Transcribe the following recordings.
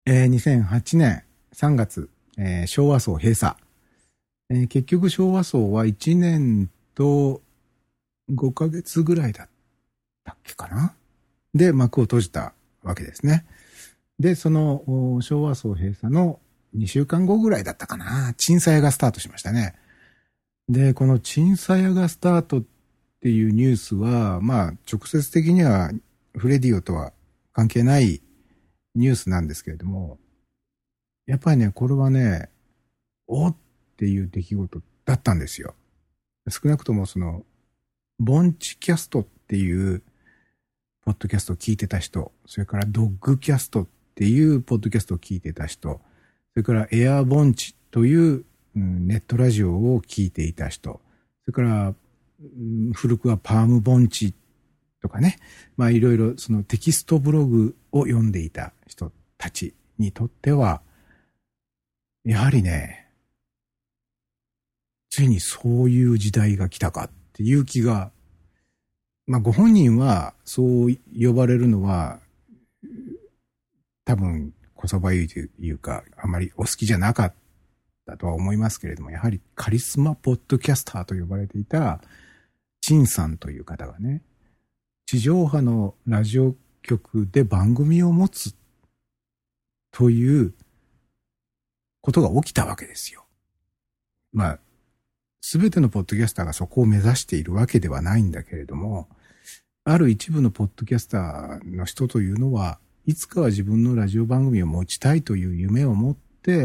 2008年3月、昭和層閉鎖。結局昭和層は1年と5ヶ月ぐらいだったっけかな。で、幕を閉じたわけですね。で、その昭和層閉鎖の2週間後ぐらいだったかな。鎮佐屋がスタートしましたね。で、この鎮佐屋がスタートっていうニュースは、まあ、直接的にはフレディオとは関係ないニュースなんですけれども、やっぱりね、これはね、おっていう出来事だったんですよ。少なくともその、ボンチキャストっていうポッドキャストを聞いてた人、それからドッグキャストっていうポッドキャストを聞いてた人、それからエアボンチというネットラジオを聞いていた人、それから古くはパームボンチとかね、まあいろいろそのテキストブログを読んでいた人たちにとっては、やはりね、ついにそういう時代が来たかっていう気が、まあご本人はそう呼ばれるのは多分こそばゆいというかあまりお好きじゃなかったとは思いますけれども、やはりカリスマポッドキャスターと呼ばれていた陳さんという方がね、地上波のラジオ局で番組を持つということが起きたわけですよ。まあ、すべてのポッドキャスターがそこを目指しているわけではないんだけれども、ある一部のポッドキャスターの人というのは、いつかは自分のラジオ番組を持ちたいという夢を持って、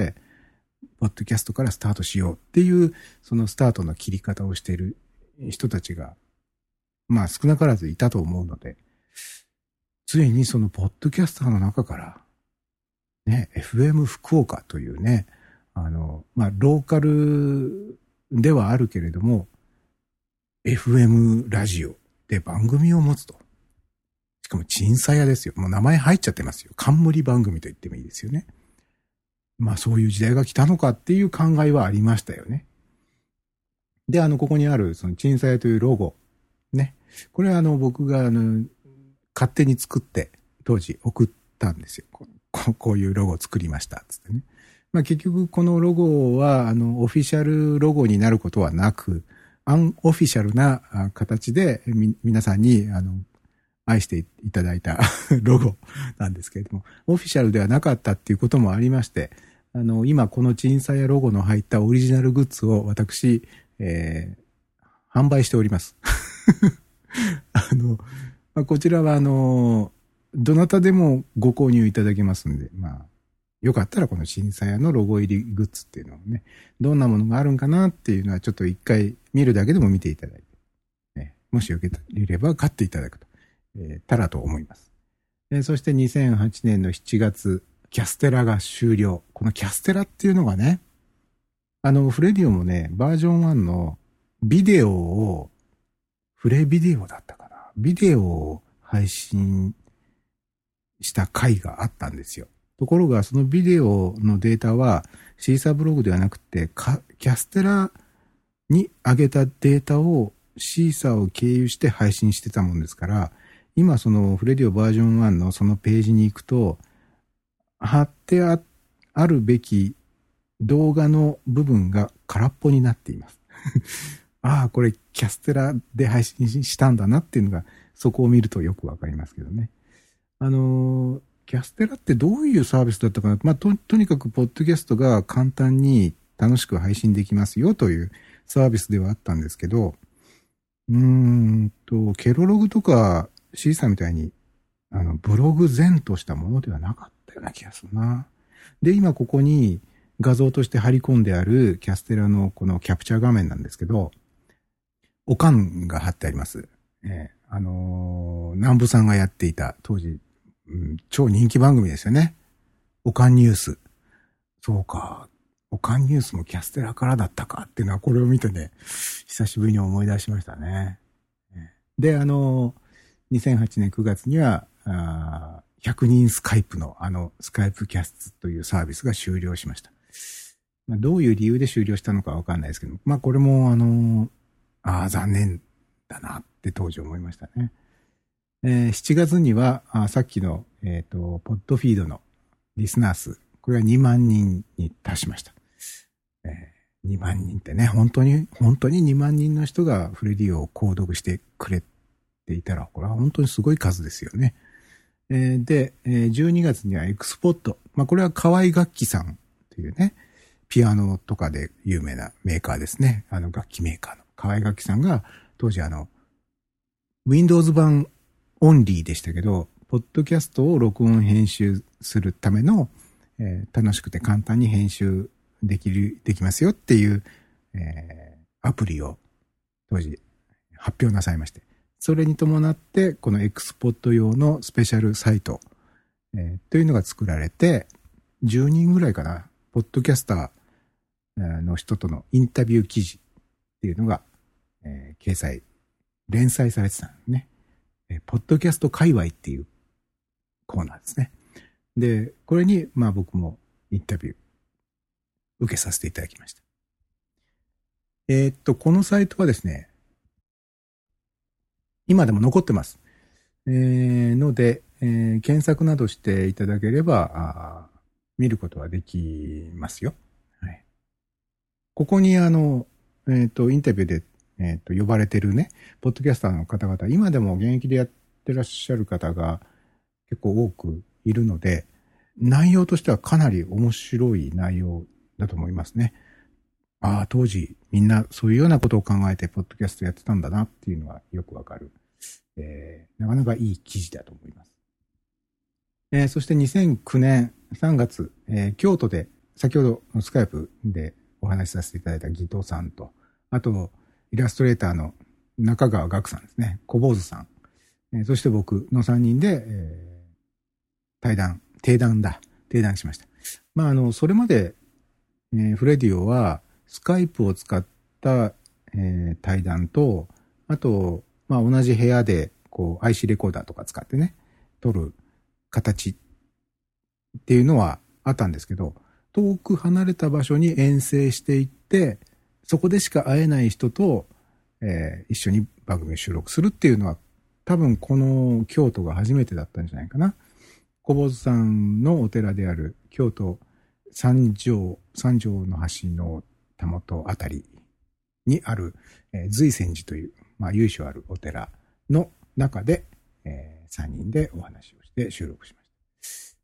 ポッドキャストからスタートしようっていう、そのスタートの切り方をしている人たちが、まあ少なからずいたと思うので、ついにそのポッドキャスターの中から、ね、FM 福岡というね、まあローカルではあるけれども、FM ラジオで番組を持つと。しかも鎮佐屋ですよ。もう名前入っちゃってますよ。冠番組と言ってもいいですよね。まあそういう時代が来たのかっていう考えはありましたよね。で、ここにあるその鎮佐屋というロゴ。ね。これは僕が勝手に作って当時送ったんですよ。こういうロゴを作りましたつってね。まあ結局このロゴはオフィシャルロゴになることはなく、アンオフィシャルな形で皆さんに愛していただいたロゴなんですけれども、オフィシャルではなかったっていうこともありまして、今この鎮佐屋ロゴの入ったオリジナルグッズを私、販売しております。まあ、こちらはどなたでもご購入いただけますんで、まあ、よかったらこの鎮佐屋のロゴ入りグッズっていうのをね、どんなものがあるんかなっていうのはちょっと一回見るだけでも見ていただいて、ね、もしよければ買っていただくと、たらと思います。そして2008年の7月、キャステラが終了。このキャステラっていうのがね、フレディオもね、バージョン1のビデオを、フレビデオだったかな。ビデオを配信した回があったんですよ。ところが、そのビデオのデータは、シーサーブログではなくて、キャステラに上げたデータをシーサーを経由して配信してたもんですから、今そのフレディオバージョン1のそのページに行くと、貼ってあるべき動画の部分が空っぽになっています。ああ、これキャステラで配信したんだなっていうのが、そこを見るとよくわかりますけどね。キャステラってどういうサービスだったかな。まあ、とにかくポッドキャストが簡単に楽しく配信できますよというサービスではあったんですけど、ケロログとかシーサーみたいに、ブログ前としたものではなかったような気がするな。で、今ここに画像として貼り込んであるキャステラのこのキャプチャー画面なんですけど、おかんが貼ってあります。南部さんがやっていた当時、超人気番組ですよね。おかんニュース。そうか。おかんニュースもキャステラからだったかっていうのはこれを見てね、久しぶりに思い出しましたね。で、2008年9月には、100人スカイプのスカイプキャストというサービスが終了しました。まあ、どういう理由で終了したのかわかんないですけど、まあこれも残念だなって当時思いましたね。7月には、さっきの、ポッドフィードのリスナー数、これは2万人に達しました。2万人ってね、本当に2万人の人がフレディオを購読してくれていたら、これは本当にすごい数ですよね。で、12月にはエクスポット。これは河合楽器さんというね、ピアノとかで有名なメーカーですね。楽器メーカーの河合楽器さんが、当時Windows 版オンリーでしたけど、ポッドキャストを録音編集するための、楽しくて簡単に編集できますよっていう、アプリを当時発表なさいまして、それに伴ってこのエクスポット用のスペシャルサイト、というのが作られて、10人ぐらいかな、ポッドキャスターの人とのインタビュー記事っていうのが、連載されてたんですね。ポッドキャスト界隈っていうコーナーですね。で、これに僕もインタビュー受けさせていただきました。このサイトはですね、今でも残ってます。ので、検索などしていただければ、見ることはできますよ。はい。ここにインタビューで、呼ばれてるね、ポッドキャスターの方々、今でも現役でやってらっしゃる方が結構多くいるので、内容としてはかなり面白い内容だと思いますね。当時みんなそういうようなことを考えてポッドキャストやってたんだなっていうのはよくわかる。なかなかいい記事だと思います。そして2009年3月、京都で先ほどスカイプでお話しさせていただいたギトさんと、あとイラストレーターの中川岳さんですね、小坊主さん、そして僕の3人で、定談しました。それまで、フレディオはスカイプを使った、対談と、あと、同じ部屋でIC レコーダーとか使ってね、撮る形っていうのはあったんですけど、遠く離れた場所に遠征していって、そこでしか会えない人と、一緒に番組を収録するっていうのは、多分この京都が初めてだったんじゃないかな。小坊主さんのお寺である京都三条の橋のたもとあたりにある、瑞泉寺という、由緒あるお寺の中で、3人でお話をして収録しました。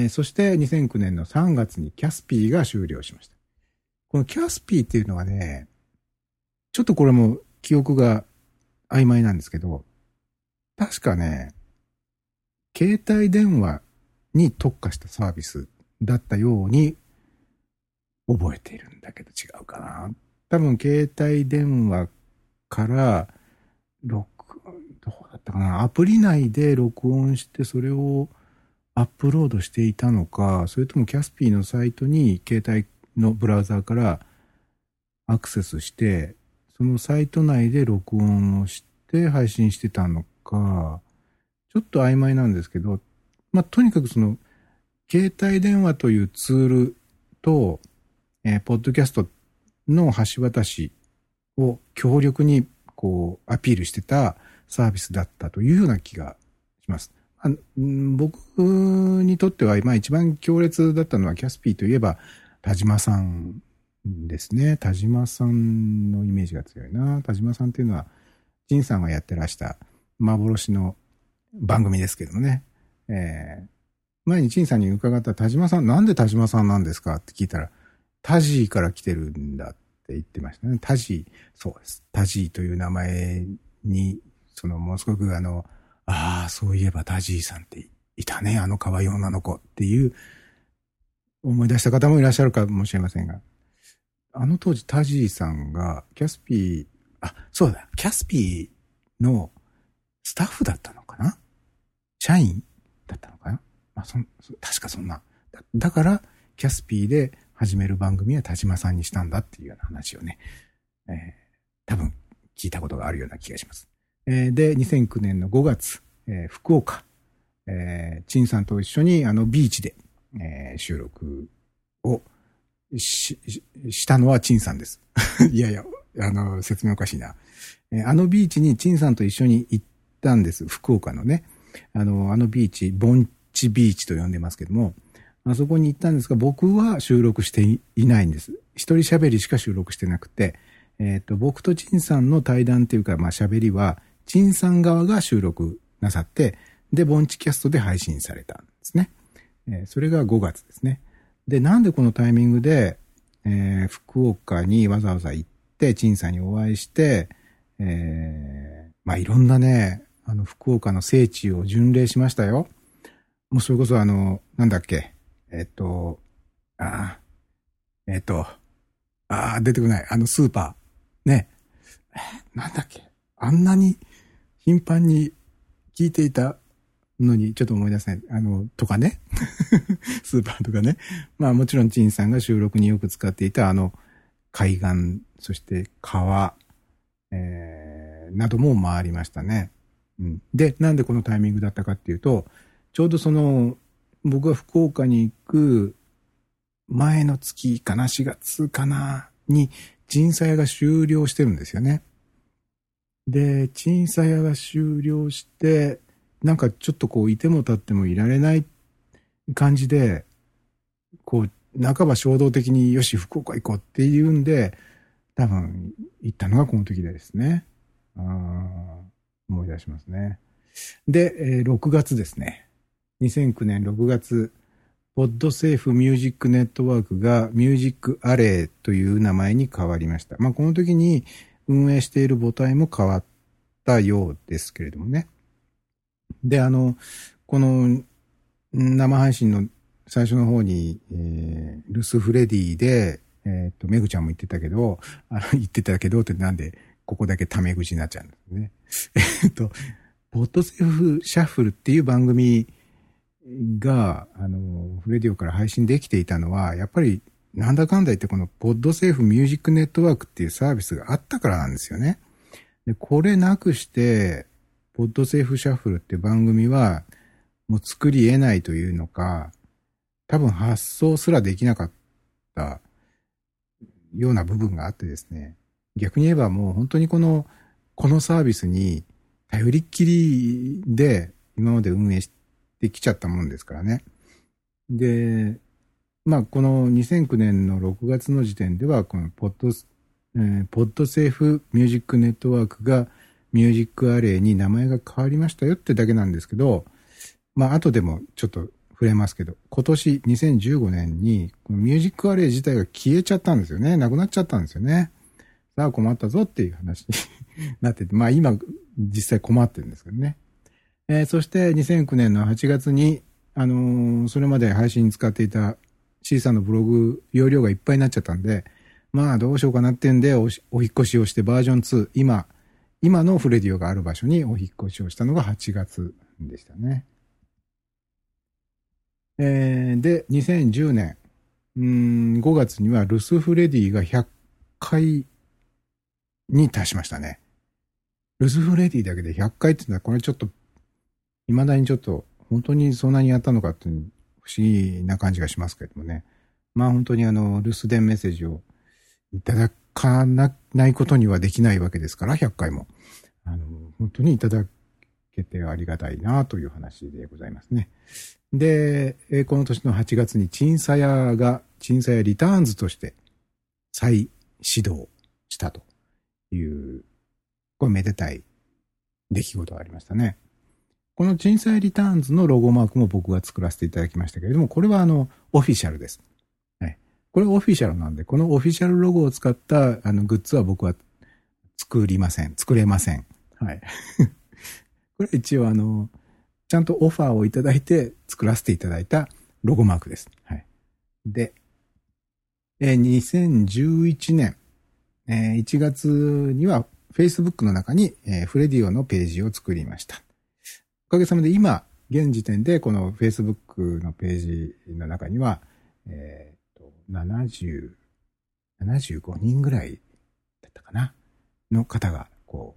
そして2009年の3月にキャスピーが終了しました。このキャスピーっていうのはね、ちょっとこれも記憶が曖昧なんですけど、確かね、携帯電話に特化したサービスだったように覚えているんだけど違うかな。多分携帯電話からどうだったかな。アプリ内で録音してそれをアップロードしていたのか、それともキャスピーのサイトに携帯のブラウザーからアクセスして、そのサイト内で録音をして配信してたのか、ちょっと曖昧なんですけど、とにかくその、携帯電話というツールと、ポッドキャストの橋渡しを強力にアピールしてたサービスだったというような気がします。僕にとっては、一番強烈だったのはキャスピーといえば田島さんですね。田島さんのイメージが強いな。田島さんっていうのは陳さんがやってらした幻の番組ですけどもね。前に陳さんに伺った田島さん、なんで田島さんなんですかって聞いたら、タジーから来てるんだって言ってましたね。タジー、そうです。タジーという名前に、ものすごくそういえばタジーさんっていたね、可愛い女の子っていう思い出した方もいらっしゃるかもしれませんが、当時タジーさんがキャスピー、そうだ、キャスピーのスタッフだったのかな？社員だったのかな？確かそんな。だから、キャスピーで始める番組は田島さんにしたんだっていうような話をね、多分聞いたことがあるような気がします。で、2009年の5月、福岡、陳さんと一緒にビーチで、収録をしたのは陳さんです。いやいや、説明おかしいな。ビーチに陳さんと一緒に行ったんです。福岡のね。ビーチ、盆地ビーチと呼んでますけども、 あそこに行ったんですが、僕は収録していないんです。一人喋りしか収録してなくて、僕と陳さんの対談っていうか、まあ喋りは、陳さん側が収録なさって、で、ボンチキャストで配信されたんですね。それが5月ですね。で、なんでこのタイミングで、福岡にわざわざ行って、陳さんにお会いして、まあいろんなね、福岡の聖地を巡礼しましたよ。もうそれこそなんだっけ、出てこない。スーパー。ね。なんだっけ。あんなに頻繁に聞いていたのに、ちょっと思い出せない。とかね。スーパーとかね。まあもちろん陳さんが収録によく使っていた海岸、そして川、なども回りましたね。うん。で、なんでこのタイミングだったかっていうと、ちょうど僕が福岡に行く前の月かな、4月かな、に、鎮佐屋が終了してるんですよね。で、鎮佐屋が終了して、なんかちょっとこう、いても立ってもいられない感じで、こう、半ば衝動的によし、福岡行こうっていうんで、多分行ったのがこの時ですね。思い出しますね。で、6月ですね。2009年6月、ポッドセーフミュージックネットワークがミュージックアレイという名前に変わりました。まあこの時に運営している母体も変わったようですけれどもね。で、この生配信の最初の方に、ルスフレディで、めぐちゃんも言ってたけどってなんでここだけタメ口になっちゃうんですね。ポッドセーフシャッフルっていう番組が、フレディオから配信できていたのは、やっぱり、なんだかんだ言ってこの、ポッドセーフミュージックネットワークっていうサービスがあったからなんですよね。で、これなくして、ポッドセーフシャッフルっていう番組は、もう作り得ないというのか、多分発想すらできなかったような部分があってですね。逆に言えばもう本当にこのサービスに頼りっきりで今まで運営してきちゃったもんですからね。で、まあこの2009年の6月の時点ではこのポッドセーフミュージックネットワークがミュージックアレイに名前が変わりましたよってだけなんですけど、まあ後でもちょっと触れますけど、今年2015年にこのミュージックアレイ自体が消えちゃったんですよね。なくなっちゃったんですよね。さあ困ったぞっていう話になってて、まあ今実際困ってるんですけどね。そして2009年の8月に、それまで配信に使っていた C さんのブログ容量がいっぱいになっちゃったんで、まあどうしようかなってんでお引っ越しをしてバージョン2、今のフレディオがある場所にお引っ越しをしたのが8月でしたね。で、2010年、5月にはルスフレディが100回に達しましたね。ルスフレディだけで100回っていうのは、これちょっと、未だにちょっと、本当にそんなにやったのかっていう不思議な感じがしますけれどもね。まあ本当に留守電メッセージをいただかないことにはできないわけですから、100回も。本当にいただけてありがたいなという話でございますね。で、この年の8月に鎮佐屋リターンズとして再始動したという、これめでたい出来事がありましたね。この鎮佐屋リターンズのロゴマークも僕が作らせていただきましたけれども、これはオフィシャルです。はい。これオフィシャルなんで、このオフィシャルロゴを使ったグッズは僕は作れません。はい。これ一応ちゃんとオファーをいただいて作らせていただいたロゴマークです。はい。で、2011年、1月には Facebook の中に、フレディオのページを作りました。おかげさまで今、現時点でこの Facebook のページの中には、75人ぐらいだったかなの方が、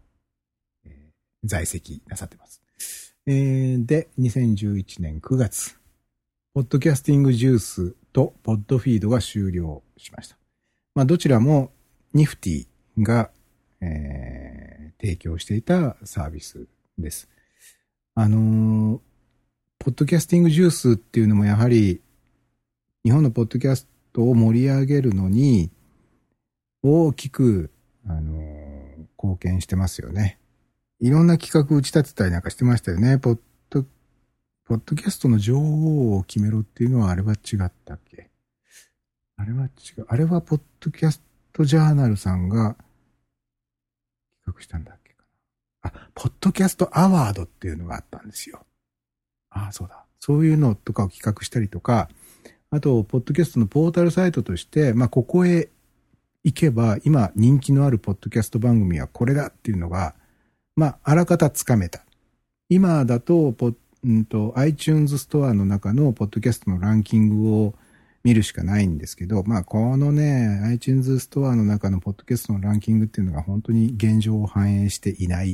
在籍なさってます。で、2011年9月、ポッドキャスティングジュースとポッドフィードが終了しました。まあ、どちらもニフティが、提供していたサービスです。ポッドキャスティングジュースっていうのもやはり、 日本のポッドキャストを盛り上げるのに大きく、貢献してますよね。いろんな企画打ち立てたりなんかしてましたよね。ポッドキャストの女王を決めろっていうのはあれは違ったっけ？あれは違う。あれはポッドキャストジャーナルさんが企画したんだっけかな。ポッドキャストアワードっていうのがあったんですよ。そうだ。そういうのとかを企画したりとか、あと、ポッドキャストのポータルサイトとして、ここへ行けば、今人気のあるポッドキャスト番組はこれだっていうのが、あらかたつかめた。今だと、iTunes ストアの中のポッドキャストのランキングを見るしかないんですけど、このね、iTunes ストアの中のポッドキャストのランキングっていうのが本当に現状を反映していない、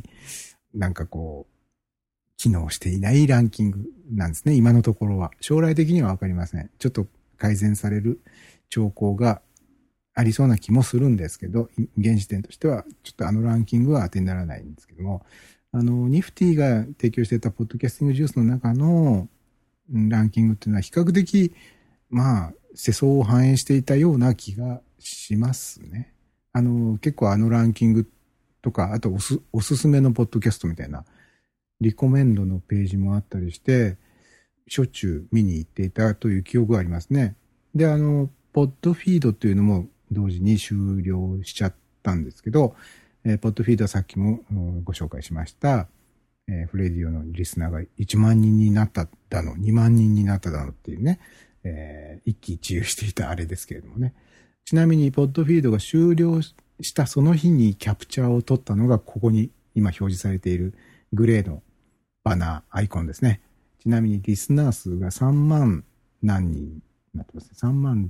機能していないランキングなんですね、今のところは。将来的にはわかりません。ちょっと改善される兆候がありそうな気もするんですけど、現時点としては、ちょっとランキングは当てにならないんですけども、ニフティが提供していたポッドキャスティングジュースの中のランキングっていうのは比較的、世相を反映していたような気がしますね。結構ランキングとか、あとおすすめのポッドキャストみたいな、リコメンドのページもあったりして、しょっちゅう見に行っていたという記憶がありますね。で、ポッドフィードっていうのも同時に終了しちゃったんですけど、ポッドフィードはさっきもご紹介しました、フレディオのリスナーが1万人になっただの、2万人になっただのっていうね、一喜一憂していたあれですけれどもね。ちなみに、ポッドフィードが終了したその日にキャプチャーを取ったのが、ここに今表示されているグレーのバナー、アイコンですね。ちなみにリスナー数が3万何人になってますね。3万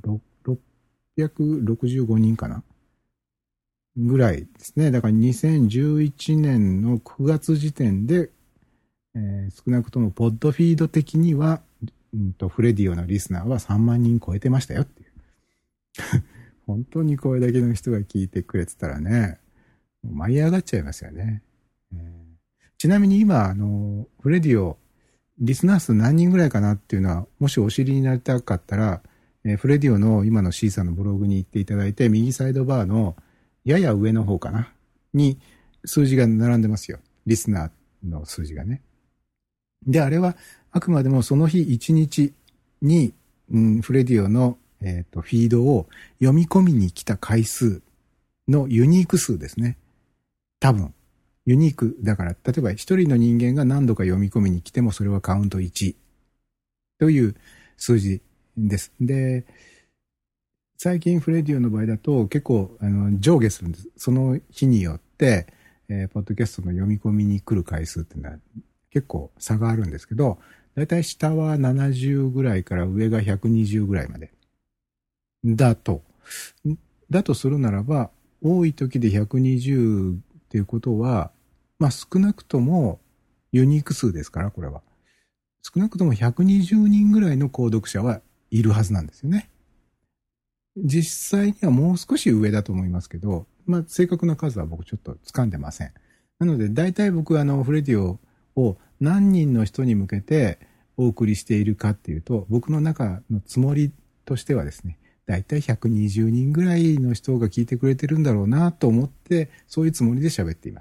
665人かなぐらいですね。だから2011年の9月時点で、少なくともポッドフィード的には、フレディオのリスナーは3万人超えてましたよっていう。本当にこれだけの人が聞いてくれてたらね、舞い上がっちゃいますよね。ちなみに今、フレディオ、リスナー数何人ぐらいかなっていうのは、もしお知りになりたかったら、フレディオの今の C さんのブログに行っていただいて、右サイドバーのやや上の方かなに数字が並んでますよ。リスナーの数字がね。で、あれはあくまでもその日1日に、フレディオの、フィードを読み込みに来た回数のユニーク数ですね。多分。ユニーク。だから、例えば一人の人間が何度か読み込みに来てもそれはカウント1という数字です。で、最近フレディオの場合だと結構上下するんです。その日によって、ポッドキャストの読み込みに来る回数っていうのは結構差があるんですけど、だいたい下は70ぐらいから上が120ぐらいまで。だとするならば、多い時で120っていうことは、少なくともユニーク数ですから、これは。少なくとも120人ぐらいの購読者はいるはずなんですよね。実際にはもう少し上だと思いますけど、正確な数は僕ちょっと掴んでません。なので、大体僕フレディオを何人の人に向けてお送りしているかっていうと、僕の中のつもりとしてはですね、大体120人ぐらいの人が聞いてくれてるんだろうなと思って、そういうつもりで喋っています。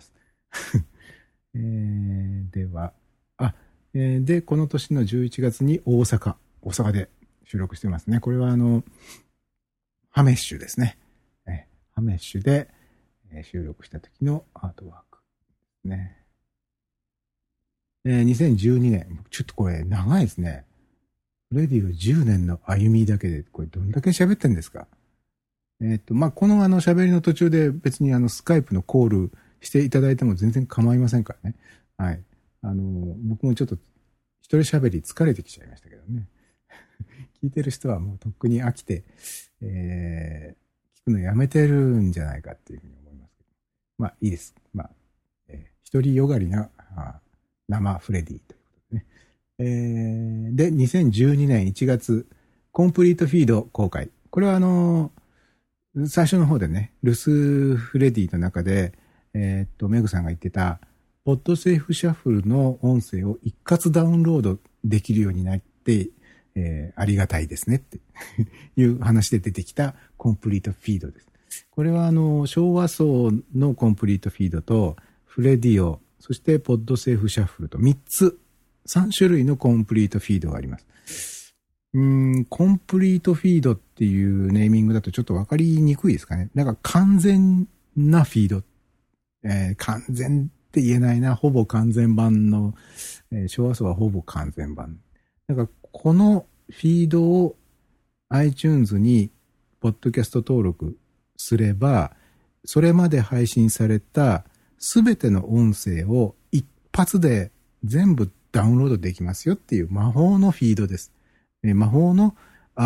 では、で、この年の11月に大阪で収録してますね。これはハメッシュですね。ハメッシュで収録した時のアートワークですね。2012年、ちょっとこれ長いですね。フレディオ10年の歩みだけで、これどんだけ喋ってんですか？この喋りの途中で別にスカイプのコールしていただいても全然構いませんからね。はい。僕もちょっと一人喋り疲れてきちゃいましたけどね。聞いてる人はもうとっくに飽きて、聞くのやめてるんじゃないかっていうふうに思いますけど。いいです。一人よがりな生フレディということでね。で、2012年1月、コンプリートフィード公開。これは最初の方でね、留守フレディの中で、メグさんが言ってた、ポッドセーフシャッフルの音声を一括ダウンロードできるようになって、 ありがたいですねっていう話で出てきたコンプリートフィードです。これは昭和層のコンプリートフィードとフレディオ、そしてポッドセーフシャッフルと3種類のコンプリートフィードがあります。コンプリートフィードっていうネーミングだとちょっとわかりにくいですかね。なんか完全なフィード、完全って言えないな、ほぼ完全版の、昭和層はほぼ完全版。なんかこのフィードを iTunes にポッドキャスト登録すれば、それまで配信されたすべての音声を一発で全部ダウンロードできますよっていう魔法のフィードです。魔法の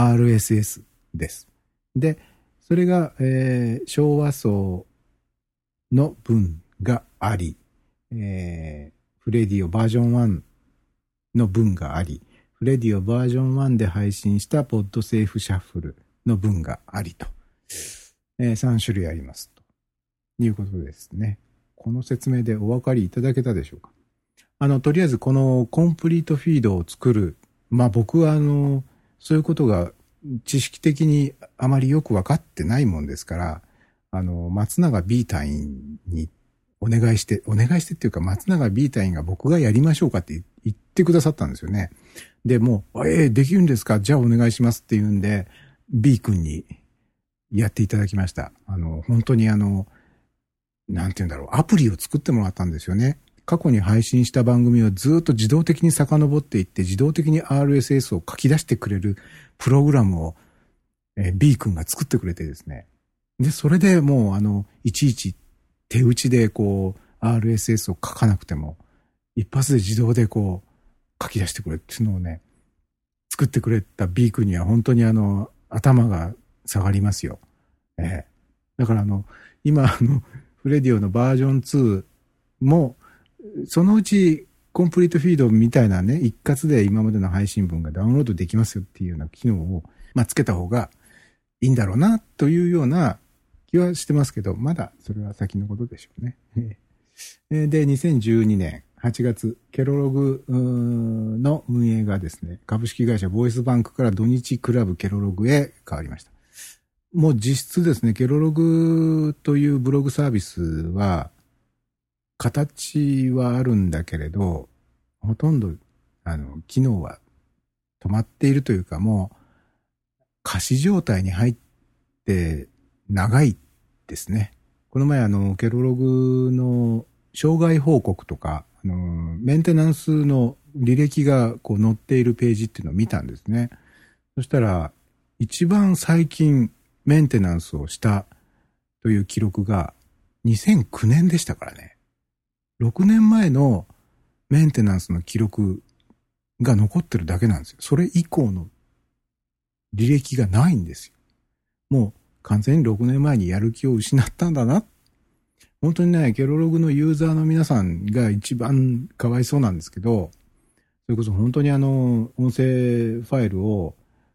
RSS です。で、それが、昭和層の分があり、フレディオバージョン1の分があり、フレディオバージョン1で配信したポッドセーフシャッフルの分がありと、3種類ありますということですね。この説明でお分かりいただけたでしょうか。とりあえずこのコンプリートフィードを作る、僕はそういうことが知識的にあまりよく分かってないもんですから、松永 B 隊員にお願いしてっていうか、松永 B 隊員が僕がやりましょうかって言ってくださったんですよね。で、もう、できるんですか？じゃあお願いしますって言うんで、B 君にやっていただきました。本当になんて言うんだろう、アプリを作ってもらったんですよね。過去に配信した番組をずっと自動的に遡っていって、自動的に RSS を書き出してくれるプログラムを、B 君が作ってくれてですね。で、それでもういちいち手打ちでRSS を書かなくても、一発で自動で書き出してくれっていうのをね、作ってくれた B 君には本当に頭が下がりますよ。だから今フレディオのバージョン2も、そのうちコンプリートフィードみたいなね、一括で今までの配信分がダウンロードできますよっていうような機能を、つけた方がいいんだろうなというような気はしてますけど、まだそれは先のことでしょうね。で、2012年8月、ケロログの運営がですね、株式会社ボイスバンクから土日クラブケロログへ変わりました。もう実質ですね、ケロログというブログサービスは、形はあるんだけれど、ほとんど、機能は止まっているというか、もう、仮死状態に入って長いですね。この前ケロログの障害報告とか、メンテナンスの履歴が載っているページっていうのを見たんですね。そしたら、一番最近メンテナンスをしたという記録が2009年でしたからね。6年前のメンテナンスの記録が残ってるだけなんですよ。それ以降の履歴がないんですよ。もう完全に6年前にやる気を失ったんだな。本当にね、ケロログのユーザーの皆さんが一番かわいそうなんですけど、それこそ本当に音声ファイルを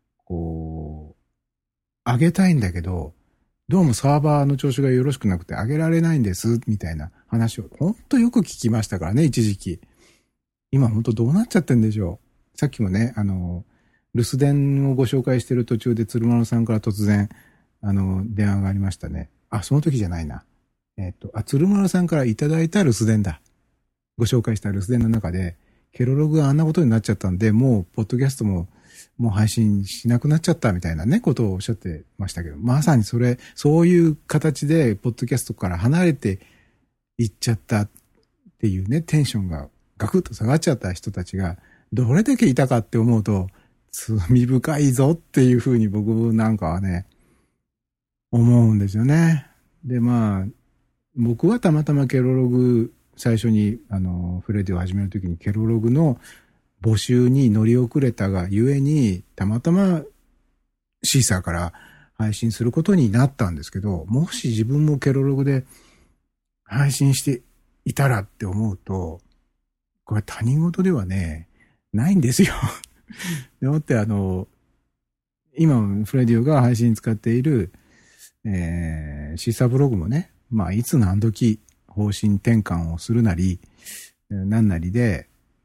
上げたいんだけど、どうもサーバーの調子がよろしくなくて上げられないんです、みたいな話を本当よく聞きましたからね、一時期。今本当どうなっちゃってんでしょう。さっきもね、留守電をご紹介してる途中で鶴丸さんから突然、電話がありましたね。その時じゃないな。鶴丸さんからいただいた留守電だ。ご紹介した留守電の中で、ケロログがあんなことになっちゃったんで、もう、ポッドキャストも、もう配信しなくなっちゃったみたいなね、ことをおっしゃってましたけど、まさにそういう形で、ポッドキャストから離れていっちゃったっていうね、テンションがガクッと下がっちゃった人たちが、どれだけいたかって思うと、罪深いぞっていうふうに僕なんかはね、思うんですよね。で、僕はたまたまケロログ、最初にフレディを始めるときにケロログの募集に乗り遅れたがゆえに、たまたまシーサーから配信することになったんですけど、もし自分もケロログで配信していたらって思うと、これ他人事ではね、ないんですよ。でもって今フレディオが配信に使っている、シーサーブログもね、いつ何時方針転換をするなり、何なりで、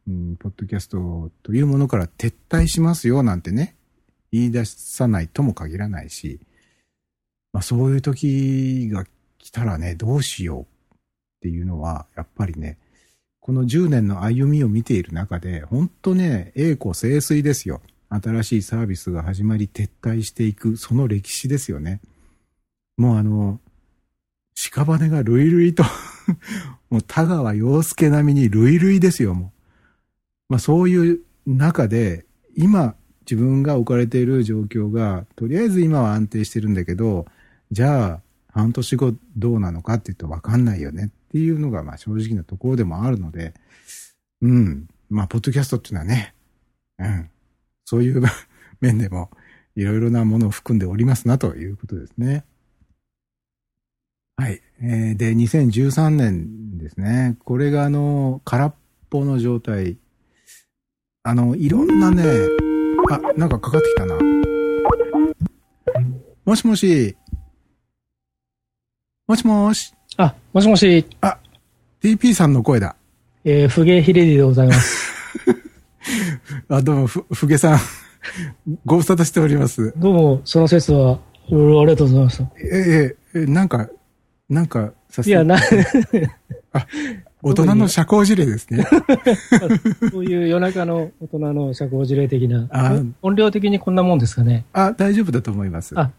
ポッドキャストというものから撤退しますよなんてね、言い出さないとも限らないし、まあそういう時が来たらね、どうしようっていうのは、やっぱりね、この10年の歩みを見ている中で、本当ね、栄枯盛衰ですよ。新しいサービスが始まり撤退していく、その歴史ですよね。もう屍が類々と、もう田川陽介並みに類々ですよ、もう。まあそういう中で、今自分が置かれている状況が、とりあえず今は安定してるんだけど、じゃあ半年後どうなのかって言うと分かんないよねっていうのがまあ正直なところでもあるので、まあポッドキャストっていうのはね、そういう面でもいろいろなものを含んでおりますなということですね。はい。で、2013年ですね。これが空っぽの状態。いろんなね、なんかかかってきたな。もしもし。もしもし。 もしもし。 TP さんの声だ。 フゲヒレディでございます。 どうも、フゲさん。ご無沙汰しております。 どうも、その説は、いろいろありがとうございました。 なんか、させて。 いや、 大人の社交辞令ですね。 そういう夜中の大人の社交辞令的な。音量的にこんなもんですかね。 大丈夫だと思います。 はい。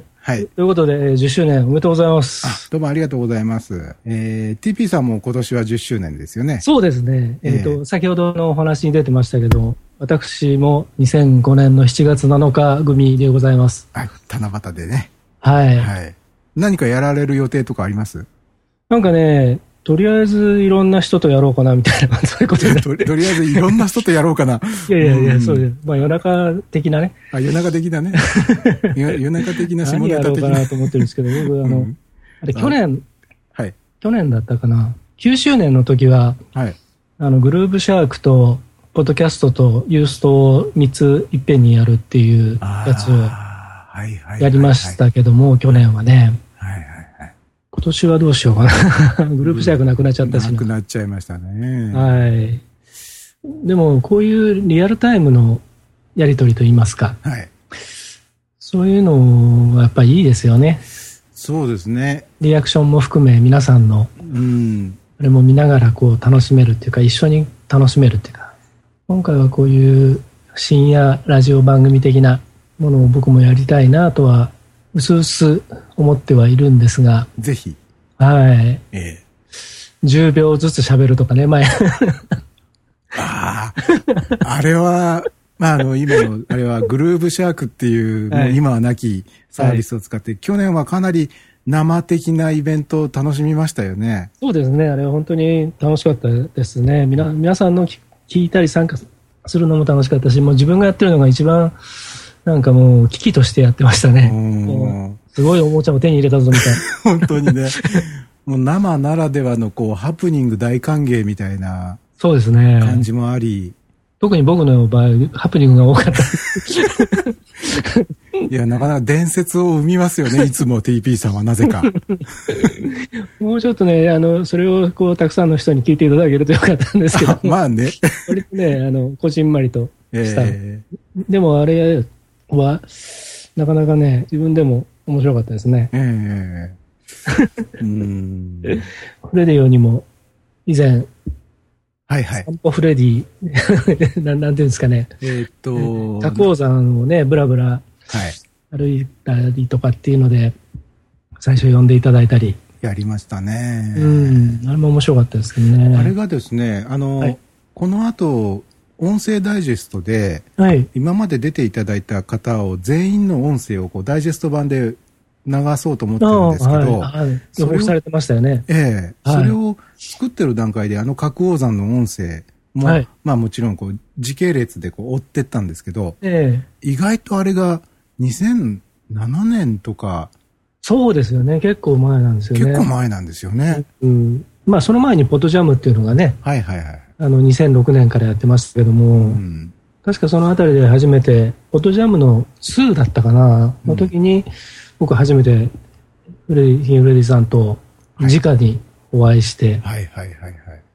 はい。ということで、10周年おめでとうございます。 どうもありがとうございます。TP さんも今年は10周年ですよね。 そうですね。先ほどのお話に出てましたけど、私も2005年の7月7日組でございます。 七夕でね。 はい。 何かやられる予定とかあります？ なんかね、とりあえずいろんな人とやろうかなみたいな、そういうことで。 とりあえずいろんな人とやろうかな。 いや、そうです。まあ夜中的なね。 夜中的なね。夜中的な下ネタ的な。 何やろうかなと思ってるんですけど、僕あれ去年だったかな。9周年の時は、グルーブシャークと、ポッドキャストとユーストを3ついっぺんにやるっていうやつをやりましたけども、去年はね。今年はどうしようかな。グループシャークなくなっちゃったしな。 なくなっちゃいましたね。 はい。でも、こういうリアルタイムのやりとりといいますか。そういうのはやっぱりいいですよね。 そうですね。 リアクションも含め皆さんの、あれも見ながらこう楽しめるっていうか、一緒に楽しめるっていうか。今回はこういう深夜ラジオ番組的なものを僕もやりたいなとは、うすうす思ってはいるんですが。 ぜひ。 はい。10秒ずつ喋るとかね、前。 あれは、今の、あれはグルーブシャークっていう、もう今はなきサービスを使って、去年はかなり生的なイベントを楽しみましたよね。 そうですね。あれは本当に楽しかったですね。皆さんの聞いたり参加するのも楽しかったし、もう自分がやってるのが一番、なんかもう危機としてやってましたね。すごいおもちゃを手に入れたぞみたいな。 本当にね。もう生ならではのこうハプニング大歓迎みたいな感じもあり。 特に僕の場合、ハプニングが多かった。 いや、なかなか伝説を生みますよね、いつも TP さんはなぜか。 もうちょっとね、それをこう、たくさんの人に聞いていただけるとよかったんですけど。 まあね。 割とね、こじんまりとした。でもあれは、なかなかね、自分でも面白かったですね。フレディオにも、以前、散歩フレディ、なんていうんですかね。多高山をね、ブラブラ歩いたりとかっていうので、最初呼んでいただいたり。 やりましたね。 あれも面白かったですけどね。 あれがですね、この後、音声ダイジェストで、今まで出ていただいた方を全員の音声をこうダイジェスト版で流そうと思ってるんですけど、 予告されてましたよね。 それを作ってる段階で角王山の音声も、まあもちろんこう時系列でこう追ってったんですけど、意外とあれが2007年とか。 そうですよね。結構前なんですよね。 結構前なんですよね。 まあその前にポッドジャムっていうのがね、2006年からやってましたけども、確かそのあたりで初めて、ポッドジャムの2だったかな、の時に、僕初めてフレディさんと直にお会いして、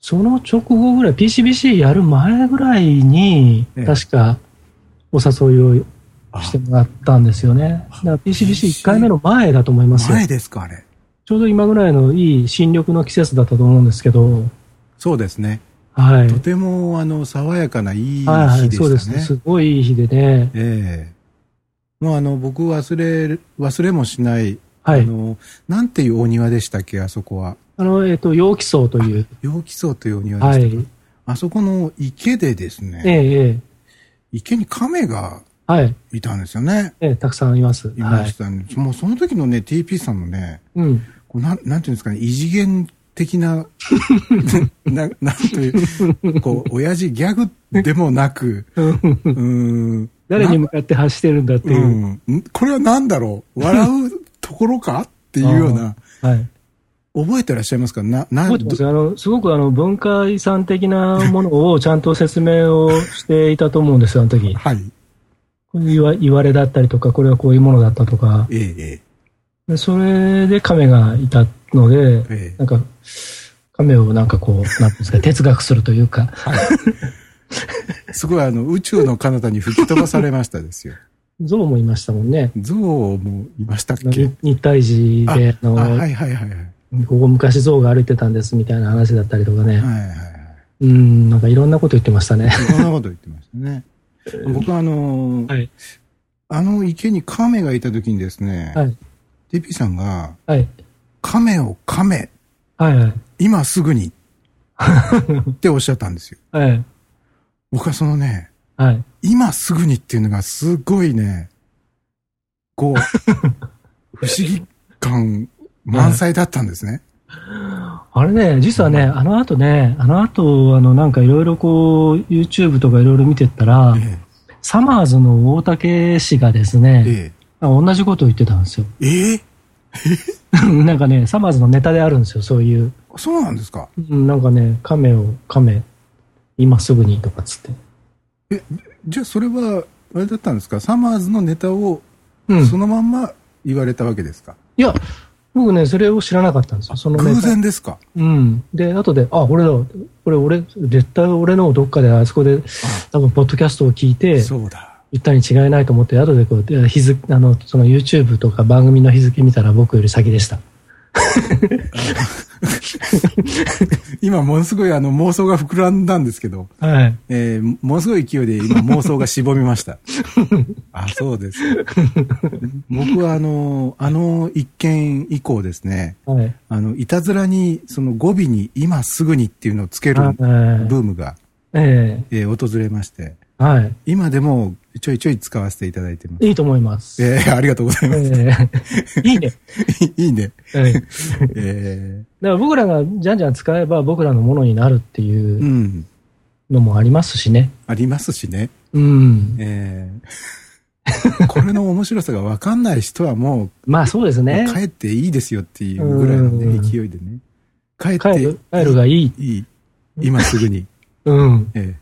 その直後ぐらい、PCBC やる前ぐらいに、確かお誘いをしてもらったんですよね。だから PCBC1 回目の前だと思いますよ。 前ですか、あれ。 ちょうど今ぐらいのいい新緑の季節だったと思うんですけど。 そうですね。 はい。 とても爽やかないい日でしたね。 はいはい、そうですね。すごいいい日でね。 もう僕忘れもしない、 はい。 なんていうお庭でしたっけ、あそこは。 陽気荘という。 陽気荘というお庭でしたか。はい。あそこの池でですね。池に亀がいたんですよね。 たくさんいます。 いましたね。もうその時のね、TP さんのね、なんていうんですかね、異次元的な、なんという、親父ギャグでもなく、 誰に向かって発してるんだっていう。 これは何だろう、笑うところかっていうような、覚えてらっしゃいますか？ 覚えてます。すごく文化遺産的なものをちゃんと説明をしていたと思うんですよ、あの時。はい。言われだったりとか、これはこういうものだったとか。それで亀がいたので、なんか、亀をなんかこう、なんていうんですか、哲学するというか。 すごい宇宙の彼方に吹き飛ばされましたですよ。 象もいましたもんね。 象もいましたっけ？ 日体寺で、ここ昔象が歩いてたんですみたいな話だったりとかね。なんかいろんなこと言ってましたね。 いろんなこと言ってましたね。僕池に亀がいた時にですね、TP さんが、亀を亀、今すぐにっておっしゃったんですよ。僕はそのね、今すぐにっていうのがすごいね、不思議感満載だったんですね。 あれね、実はね、あの後なんかいろいろYouTube とかいろいろ見てったら、サマーズの大竹氏がですね、同じことを言ってたんですよ。なんかね、サマーズのネタであるんですよ、そういう。 そうなんですか？ なんかね、亀、今すぐにとかっつって。 じゃあそれは、あれだったんですか？サマーズのネタを、そのまんま言われたわけですか？ いや、僕ね、それを知らなかったんですよ。その偶然ですか？ で、後で、絶対俺のどっかであそこで、多分、ポッドキャストを聞いて、 そうだ。 言ったに違いないと思って、後でその YouTube とか番組の日付見たら僕より先でした。 今ものすごい妄想が膨らんだんですけど、ものすごい勢いで今妄想がしぼみました。そうです。僕は一件以降ですね、いたずらにその語尾に今すぐにっていうのをつけるブームが、訪れまして、今でもちょいちょい使わせていただいてます。 いいと思います。 ありがとうございます。 いいね。 いいね。 だから僕らがじゃんじゃん使えば僕らのものになるっていうのもありますしね。 ありますしね。これの面白さが分かんない人はもう、 まあそうですね。 帰っていいですよっていうぐらいのね、勢いでね。帰るがいい。 いい。今すぐに。 じ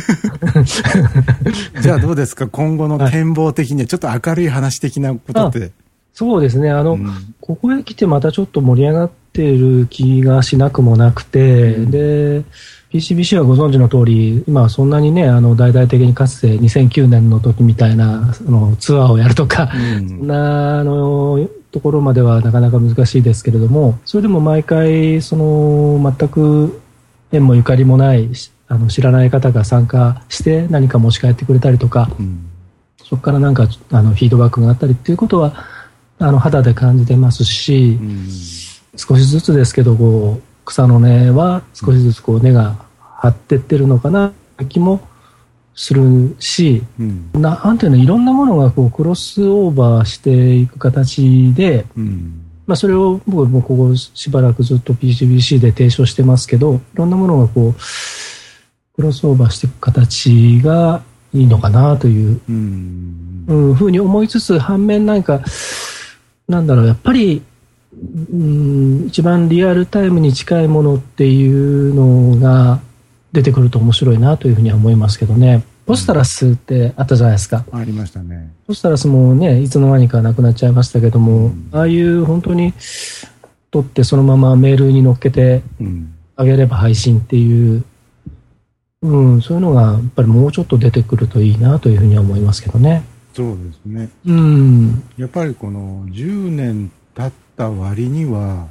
ゃあどうですか、今後の展望的にはちょっと明るい話的なことって。 そうですね。ここへ来てまたちょっと盛り上がっている気がしなくもなくて、で、PCBC はご存知の通り、今そんなにね、大々的にかつて2009年の時みたいな、ツアーをやるとか、そんな、ところまではなかなか難しいですけれども、それでも毎回、全く縁もゆかりもない、知らない方が参加して何か持ち帰ってくれたりとか、そこからなんかフィードバックがあったりっていうことは肌で感じてますし、少しずつですけど草の根は少しずつ根が張ってってるのかな気もするし、なんていうの、いろんなものがクロスオーバーしていく形で、それを僕もここしばらくずっと PCBC で提唱してますけど、いろんなものがクロスオーバーしていく形がいいのかなというふうに思いつつ、反面やっぱり一番リアルタイムに近いものっていうのが出てくると面白いなというふうには思いますけどね。ポスタラスってあったじゃないですか。 ありましたね。 ポスタラスもね、いつの間にかなくなっちゃいましたけども、ああいう本当に撮ってそのままメールに乗っけて、 上げれば配信っていう、そういうのがやっぱりもうちょっと出てくるといいなというふうには思いますけどね。 そうですね。やっぱりこの10年経った割には、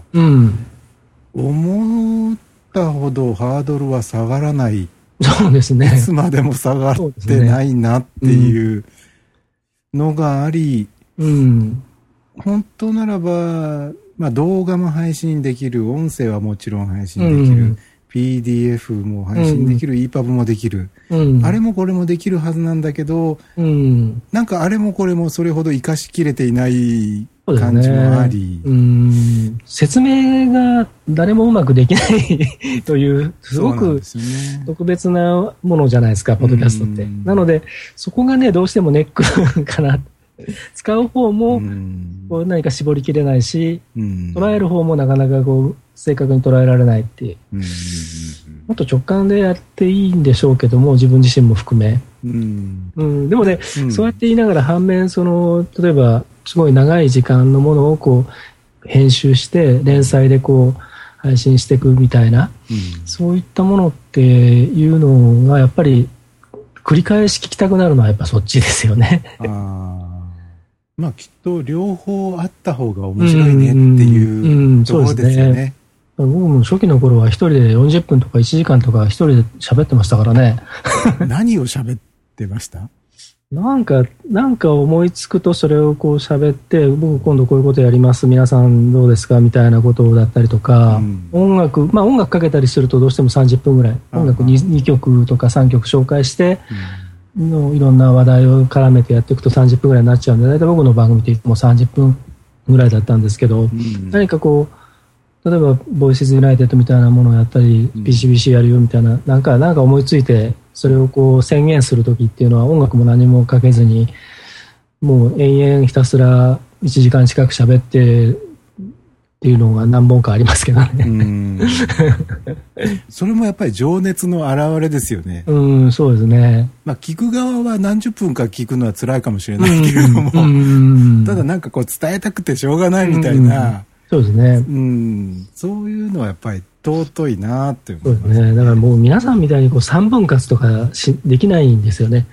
思ったほどハードルは下がらない。 そうですね。 いつまでも下がってないなっていうのがあり、本当ならば、動画も配信できる、音声はもちろん配信できる、PDF も配信できる、EPUB もできる、あれもこれもできるはずなんだけど、なんかあれもこれもそれほど活かしきれていない感じもあり、 説明が誰もうまくできないというすごく特別なものじゃないですか、ポッドキャストって。なのでそこがね、どうしてもネックかな。使う方もこう何か絞りきれないし、捉える方もなかなかこう正確に捉えられないっていう、もっと直感でやっていいんでしょうけども、自分自身も含め、でもね、そうやって言いながら反面、例えばすごい長い時間のものをこう編集して連載でこう配信していくみたいな、そういったものっていうのがやっぱり繰り返し聞きたくなるのはやっぱそっちですよね。 きっと両方あった方が面白いねっていうところですよね。 僕も初期の頃は一人で40分とか1時間とか一人で喋ってましたからね。 何を喋ってました？ なんか思いつくとそれをこう喋って、僕今度こういうことやります、皆さんどうですかみたいなことだったりとか、音楽かけたりするとどうしても30分ぐらい、音楽 2曲とか3曲紹介して、いろんな話題を絡めてやっていくと30分ぐらいになっちゃうんで、大体僕の番組ってもう30分ぐらいだったんですけど、何かこう、例えばボイスズユナイテッドみたいなものをやったり、PCBC やるよみたいな、なんか思いついて、それをこう宣言するときっていうのは音楽も何もかけずに、もう延々ひたすら1時間近く喋ってっていうのが何本かありますけどね。 それもやっぱり情熱の表れですよね。 そうですね。 聞く側は何十分か聞くのは辛いかもしれないけれども、ただなんかこう伝えたくてしょうがないみたいな、 そうですね。 そういうのはやっぱり尊いなって思います。そうですね。だからもう皆さんみたいにこう3分割とかできないんですよね。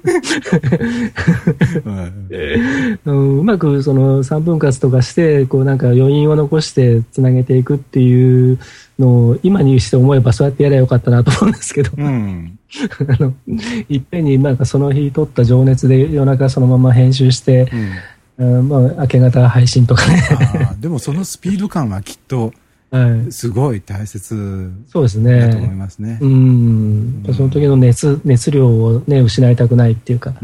うまくその3分割とかしてこうなんか余韻を残してつなげていくっていうのを今にして思えばそうやってやればよかったなと思うんですけど、いっぺんになんかその日撮った情熱で夜中そのまま編集して、明け方配信とかね。 でもそのスピード感はきっとすごい大切そうですね。 だと思いますね。 その時の熱量をね失いたくないっていうか。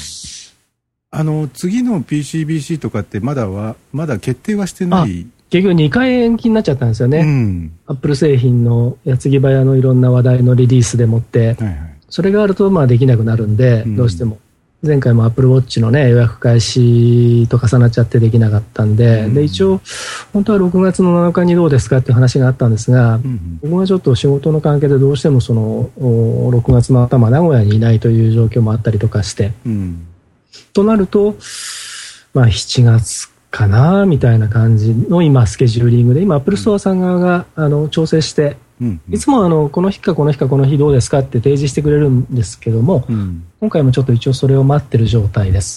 次の PCBC とかってまだ決定はしてない。 結局2回延期になっちゃったんですよね。アップル製品の矢継ぎ早のいろんな話題のリリースでもって、それがあるとできなくなるんで、どうしても。前回も Apple Watch のね予約開始と重なっちゃってできなかったんで、一応本当は6月の7日にどうですかっていう話があったんですが、僕はちょっと仕事の関係でどうしてもその6月の頭名古屋にいないという状況もあったりとかして、となると7月かなみたいな感じの今スケジューリングで今 Apple Store さん側が調整していつもこの日かこの日かこの日どうですかって提示してくれるんですけども、今回もちょっと一応それを待ってる状態です。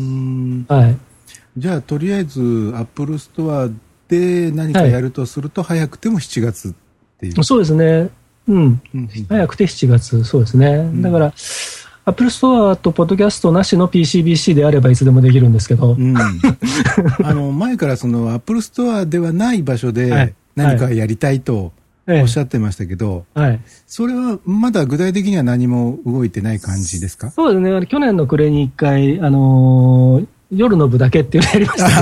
じゃあとりあえずアップルストアで何かやるとすると、早くても7月っていう。 そうですね。早くて7月、そうですね。だからアップルストアとポッドキャストなしの PCBC であればいつでもできるんですけど、 前からそのアップルストアではない場所で何かやりたいとおっしゃってましたけど、それはまだ具体的には何も動いてない感じですか？ そうですね。去年の暮れに1回、夜の部だけっていうのやりました。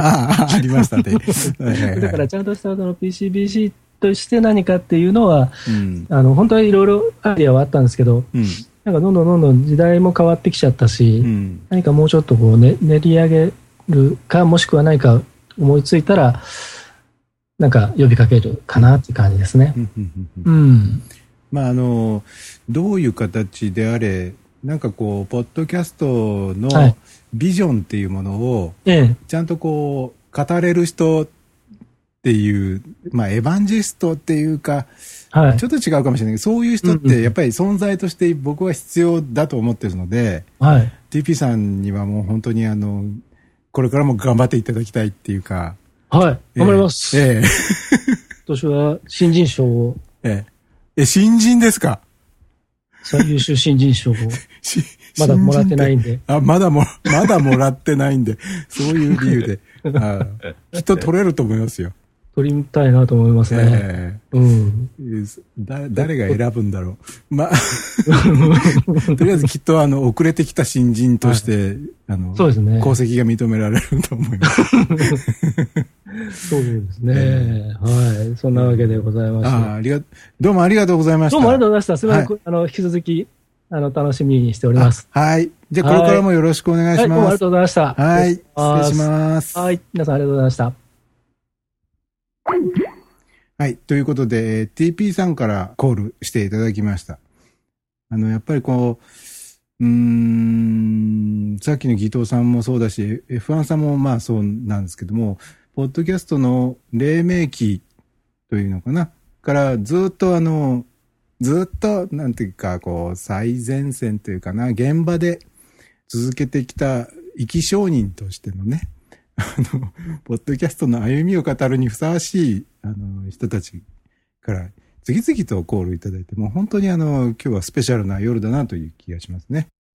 ありましたね。 だからちゃんとしたPCBC として何かっていうのは、本当はいろいろアイディアはあったんですけど、なんかどんどん時代も変わってきちゃったし、何かもうちょっとこう、練り上げるか、もしくは何か思いついたら、なんか呼びかけるかなっていう感じですね。 どういう形であれ、なんかこうポッドキャストのビジョンっていうものをちゃんとこう語れる人っていう、エヴァンジェストっていうか、 はい。 ちょっと違うかもしれないけど、そういう人ってやっぱり存在として僕は必要だと思ってるので、 はい。 TP さんにはもう本当にこれからも頑張っていただきたいっていうか。 はい。頑張ります。今年は新人賞を。 新人ですか？ 最優秀新人賞を。まだもらってないんで。 まだもらってないんで、そういう理由で。きっと取れると思いますよ。 取りたいなと思いますね。 誰が選ぶんだろう。とりあえずきっと遅れてきた新人として、 そうですね。 功績が認められると思います。 そうですね。はい。そんなわけでございました。 どうもありがとうございました。 どうもありがとうございました。すみません。引き続き、楽しみにしております。 はい。じゃあ、これからもよろしくお願いします。 はい、どうもありがとうございました。 はい。失礼します。 はい。皆さんありがとうございました。 はい。ということで、TP さんからコールしていただきました。やっぱりさっきの義藤さんもそうだし、F1 さんもまあそうなんですけども、ポッドキャストの黎明期というのかなからずっとなんていうか、最前線というかな、現場で続けてきた生き証人としてのね、ポッドキャストの歩みを語るにふさわしい、人たちから次々とコールいただいて、もう本当に今日はスペシャルな夜だなという気がしますね。